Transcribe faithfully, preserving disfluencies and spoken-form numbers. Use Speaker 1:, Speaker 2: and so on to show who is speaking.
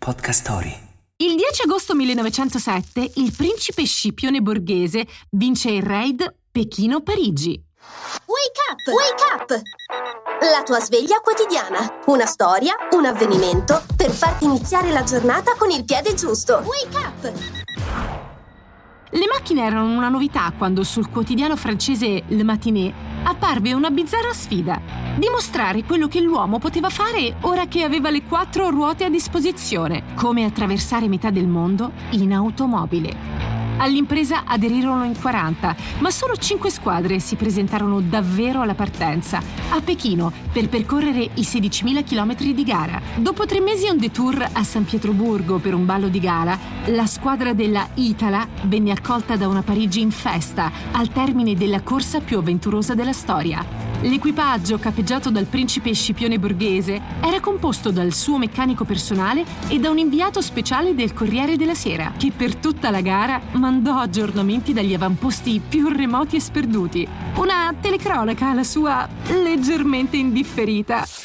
Speaker 1: Podcast Story.
Speaker 2: Il dieci agosto millenovecentosette il principe Scipione Borghese vince il raid Pechino-Parigi.
Speaker 3: Wake up! Wake up! La tua sveglia quotidiana. Una storia, un avvenimento per farti iniziare la giornata con il piede giusto. Wake up!
Speaker 2: Le macchine erano una novità quando sul quotidiano francese Le Matinée apparve una bizzarra sfida: dimostrare quello che l'uomo poteva fare ora che aveva le quattro ruote a disposizione, come attraversare metà del mondo in automobile. All'impresa aderirono in quaranta, ma solo cinque squadre si presentarono davvero alla partenza, a Pechino, per percorrere i sedicimila chilometri di gara. Dopo tre mesi on detour a San Pietroburgo per un ballo di gala, la squadra della Itala venne accolta da una Parigi in festa, al termine della corsa più avventurosa della storia. L'equipaggio, capeggiato dal principe Scipione Borghese, era composto dal suo meccanico personale e da un inviato speciale del Corriere della Sera, che per tutta la gara mandò aggiornamenti dagli avamposti più remoti e sperduti. Una telecronaca alla sua leggermente indifferita.